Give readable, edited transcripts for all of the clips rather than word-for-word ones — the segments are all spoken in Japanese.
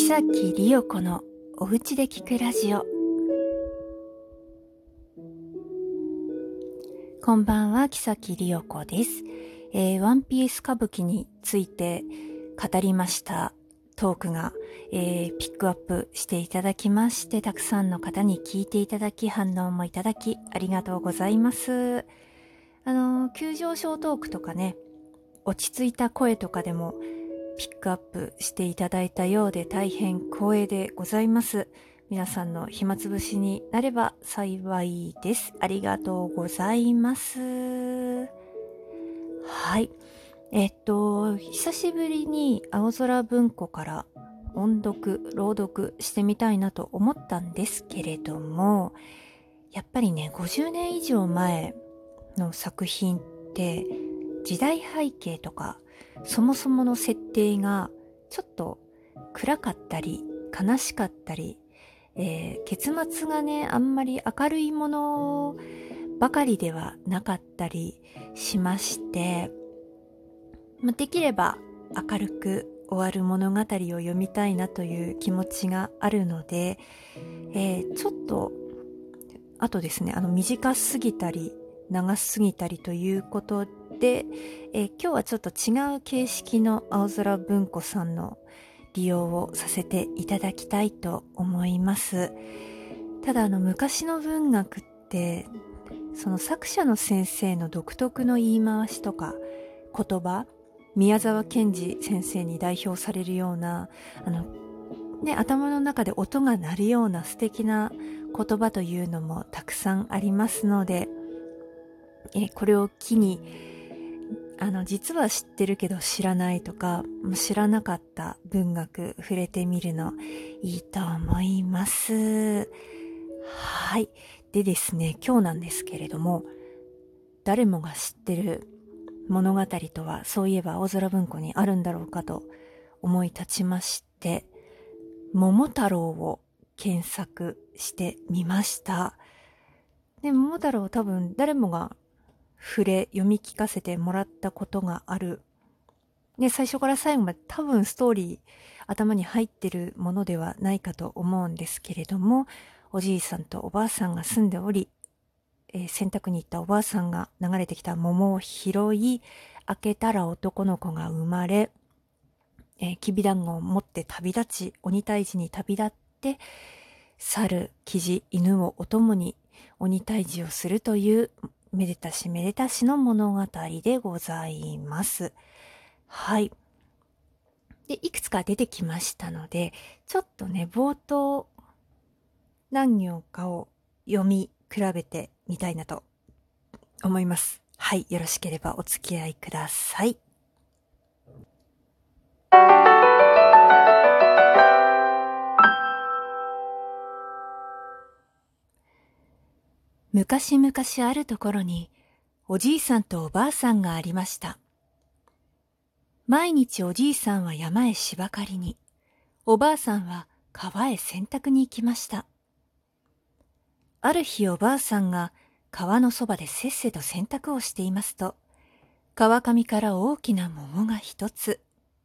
木崎理代子のおうちで聞くラジオ。こんばんは、木崎理代子です。ワンピース歌舞伎について語りましたトークが、ピックアップしていただきまして、たくさんの方に聞いていただき、反応もいただきありがとうございます。急上昇トークとかね、落ち着いた声とかでもピックアップしていただいたようで大変光栄でございます。皆さんの暇つぶしになれば幸いです。ありがとうございます。はい。久しぶりに青空文庫から音読、朗読してみたいなと思ったんですけれども、やっぱりね、50年以上前の作品って時代背景とかそもそもの設定がちょっと暗かったり悲しかったり、結末がねあんまり明るいものばかりではなかったりしまして、できれば明るく終わる物語を読みたいなという気持ちがあるので、ちょっとあとですね、短すぎたり長すぎたりということで、今日はちょっと違う形式の青空文庫さんの利用をさせていただきたいと思います。ただ昔の文学ってその作者の先生の独特の言い回しとか言葉、宮沢賢治先生に代表されるような頭の中で音が鳴るような素敵な言葉というのもたくさんありますので、これを機に実は知ってるけど知らないとか知らなかった文学触れてみるのいいと思います。はい。でですね、今日なんですけれども、誰もが知ってる物語とはそういえば青空文庫にあるんだろうかと思い立ちまして、桃太郎を検索してみました。で、桃太郎多分誰もが読み聞かせてもらったことがある。で、最初から最後まで多分ストーリー頭に入ってるものではないかと思うんですけれども、おじいさんとおばあさんが住んでおり、洗濯に行ったおばあさんが流れてきた桃を拾い、開けたら男の子が生まれ、きびだんごを持って旅立ち、鬼退治に旅立って、猿、キジ、犬をお供に鬼退治をするというめでたしめでたしの物語でございます。はい。で、いくつか出てきましたので、ちょっとね、冒頭何行かを読み比べてみたいなと思います。はい。よろしければお付き合いください。昔々あるところにおじいさんとおばあさんがありました。毎日おじいさんは山へ芝刈りに、おばあさんは川へ洗濯に行きました。ある日おばあさんが川のそばでせっせと洗濯をしていますと、川上から大きな桃が一つ。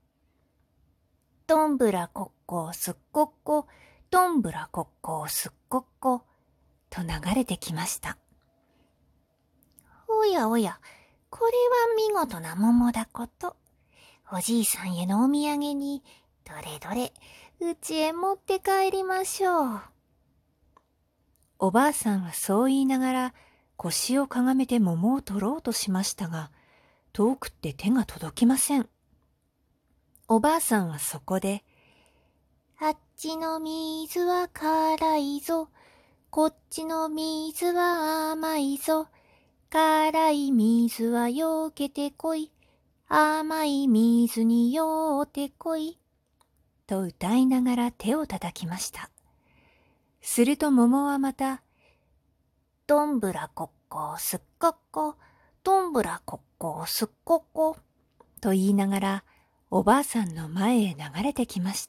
どんぶらこっこすっこっこ、どんぶらこっこすっこっこ、と流れてきました。おやおや、これは見事な桃だこと。おじいさんへのお土産に、どれどれ、うちへ持って帰りましょう。おばあさんはそう言いながら、腰をかがめて桃を取ろうとしましたが、遠くって手が届きません。おばあさんはそこで、あっちの水は辛いぞ、こっちの水は甘いぞ、辛い水はよけてこい、甘い水によってこい、と歌いながら手を叩きました。すると桃はまた、どんぶらこっこすっこっこ、どんぶらこっこすっこっこ、と言いながらおばあさんの前へ流れてきました。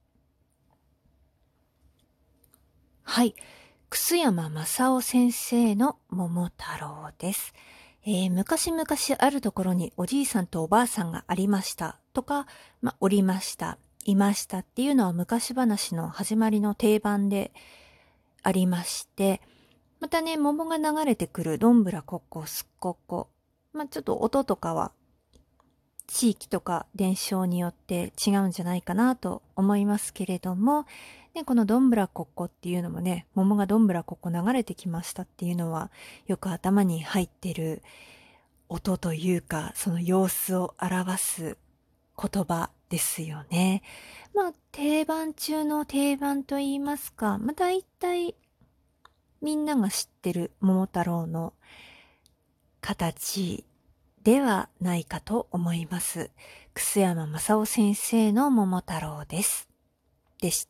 はい、楠山正夫先生の桃太郎です。昔々あるところにおじいさんとおばあさんがありましたとか、おりました。 いましたっていうのは昔話の始まりの定番でありまして、またね、桃が流れてくるどんぶらこっこすっこっこ。ちょっと音とかは地域とか伝承によって違うんじゃないかなと思いますけれども、で、このどんぶらこっこっていうのもね、桃がどんぶらこっこ流れてきましたっていうのは、よく頭に入ってる音というか、その様子を表す言葉ですよね。定番中の定番と言いますか、大体みんなが知ってる桃太郎の形ではないかと思います。楠山正夫先生の桃太郎です。でした。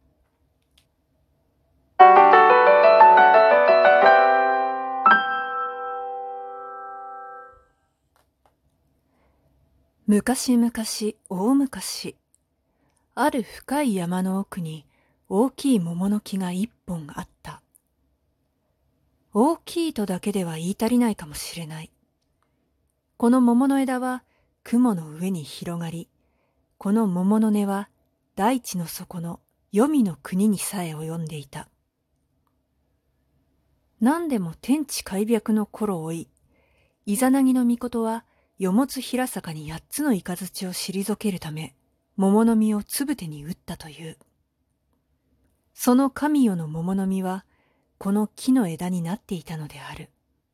昔々、大昔、ある深い山の奥に大きい桃の木が一本あった。大きいとだけでは言い足りないかもしれない。この桃の枝は雲の上に広がり、この桃の根は大地の底の黄泉の国にさえ及んでいた。何でも天地開闢の頃を追い、イザナギの命はよもつ平坂に8つの雷を退けるため、桃の実をつぶてに打ったという。その神代の桃の実は、この木の枝になっていたのである。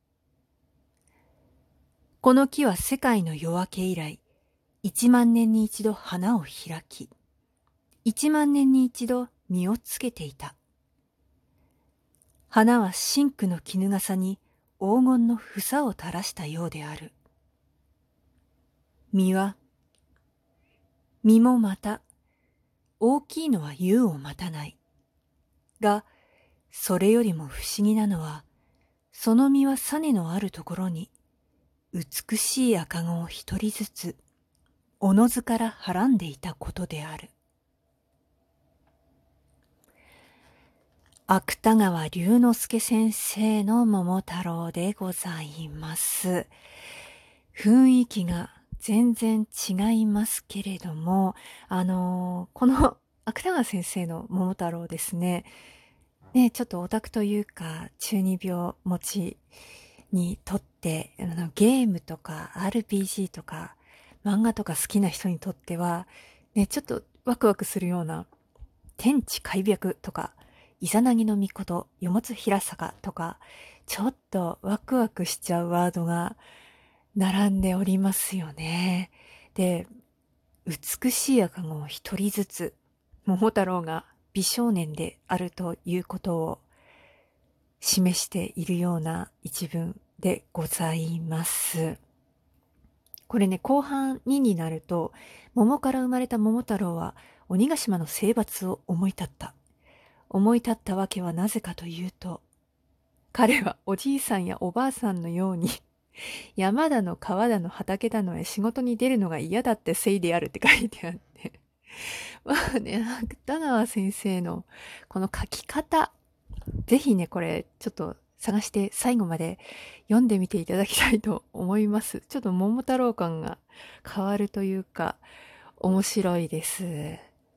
この木は世界の夜明け以来、1万年に一度花を開き、1万年に一度実をつけていた。花は真紅の絹笠に黄金の房を垂らしたようである。実もまた、大きいのは優を待たない。が、それよりも不思議なのは、その実は種のあるところに、美しい赤子を一人ずつ、おのずからはらんでいたことである。芥川龍之介先生の桃太郎でございます。雰囲気が全然違いますけれども、この芥川先生の桃太郎ですね、ちょっとオタクというか中二病持ちにとって、ゲームとか RPG とか漫画とか好きな人にとっては、ちょっとワクワクするような天地開闢とかイザナギの命、よもつ平坂とか、ちょっとワクワクしちゃうワードが並んでおりますよね。で、美しい赤子を一人ずつ、桃太郎が美少年であるということを示しているような一文でございます。これね、後半2になると、桃から生まれた桃太郎は鬼ヶ島の征伐を思い立った。思い立ったわけはなぜかというと、彼はおじいさんやおばあさんのように山だの川だの畑だのへ仕事に出るのが嫌だってせいであるって書いてあって芥川先生のこの書き方、ぜひねこれちょっと探して最後まで読んでみていただきたいと思います。ちょっと桃太郎感が変わるというか面白いです。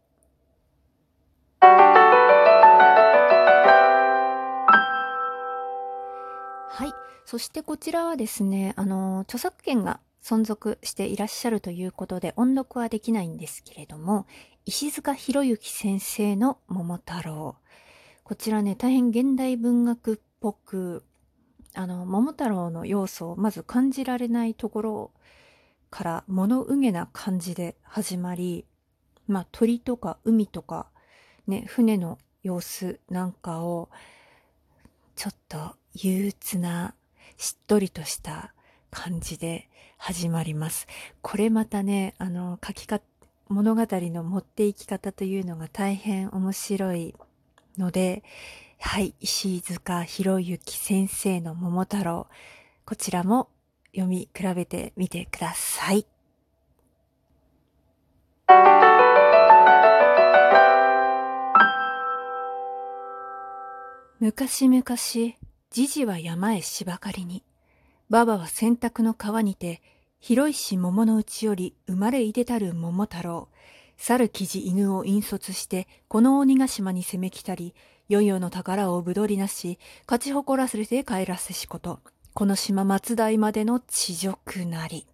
はい。そしてこちらはですね、著作権が存続していらっしゃるということで音読はできないんですけれども、石塚博之先生の桃太郎。こちらね、大変現代文学っぽく、桃太郎の要素をまず感じられないところから物憂げな感じで始まり、鳥とか海とか、ね、船の様子なんかを、ちょっと憂鬱なしっとりとした感じで始まります。これまたね、物語の持っていき方というのが大変面白いので、はい、石塚博之先生の桃太郎、こちらも読み比べてみてください。昔々、じじは山へ芝刈りに、ばばは洗濯の川にて、広いし桃の内より生まれいでたる桃太郎、 猿記事犬を引率して、この鬼ヶ島に攻め来たり、よいよの宝をぶどりなし、勝ち誇らせて帰らせしこと、この島松代までの地辱なり。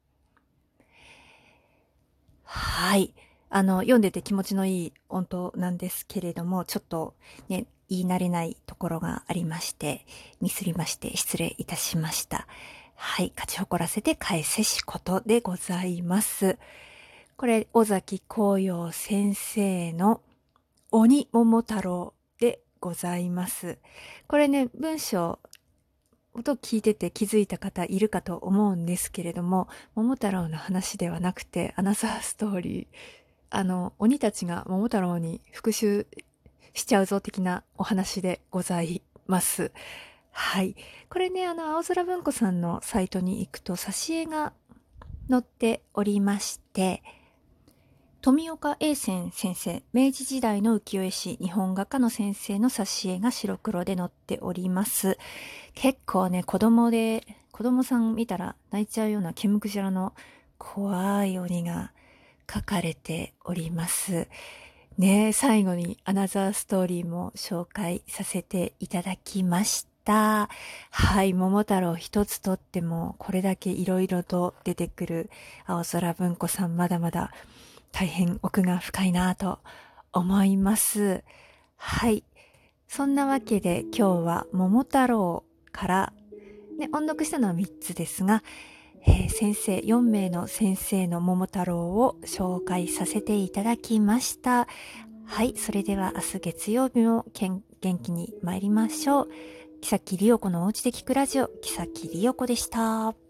はい。読んでて気持ちのいい音頭なんですけれども、ちょっとね、言い慣れないところがありまして、ミスりまして失礼いたしました。はい。勝ち誇らせて返せしことでございます。これ、尾崎紅葉先生の鬼桃太郎でございます。これね、文章、音聞いてて気づいた方いるかと思うんですけれども、桃太郎の話ではなくて、アナザーストーリー、鬼たちが桃太郎に復讐しちゃうぞ的なお話でございます。はい。これね、青空文庫さんのサイトに行くと挿絵が載っておりまして、富岡英泉先生、明治時代の浮世絵師、日本画家の先生の挿絵が白黒で載っております。結構ね、子供さん見たら泣いちゃうような毛むくじゃらの怖い鬼が描かれております。ね、最後にアナザーストーリーも紹介させていただきました。はい、桃太郎一つとってもこれだけいろいろと出てくる青空文庫さん、まだまだ大変奥が深いなと思います。はい。そんなわけで今日は桃太郎から、ね、音読したのは3つですが、先生、4名の先生の桃太郎を紹介させていただきました。はい。それでは明日月曜日も元気に参りましょう。木崎里代子のおうちで聞くラジオ、木崎里代子でした。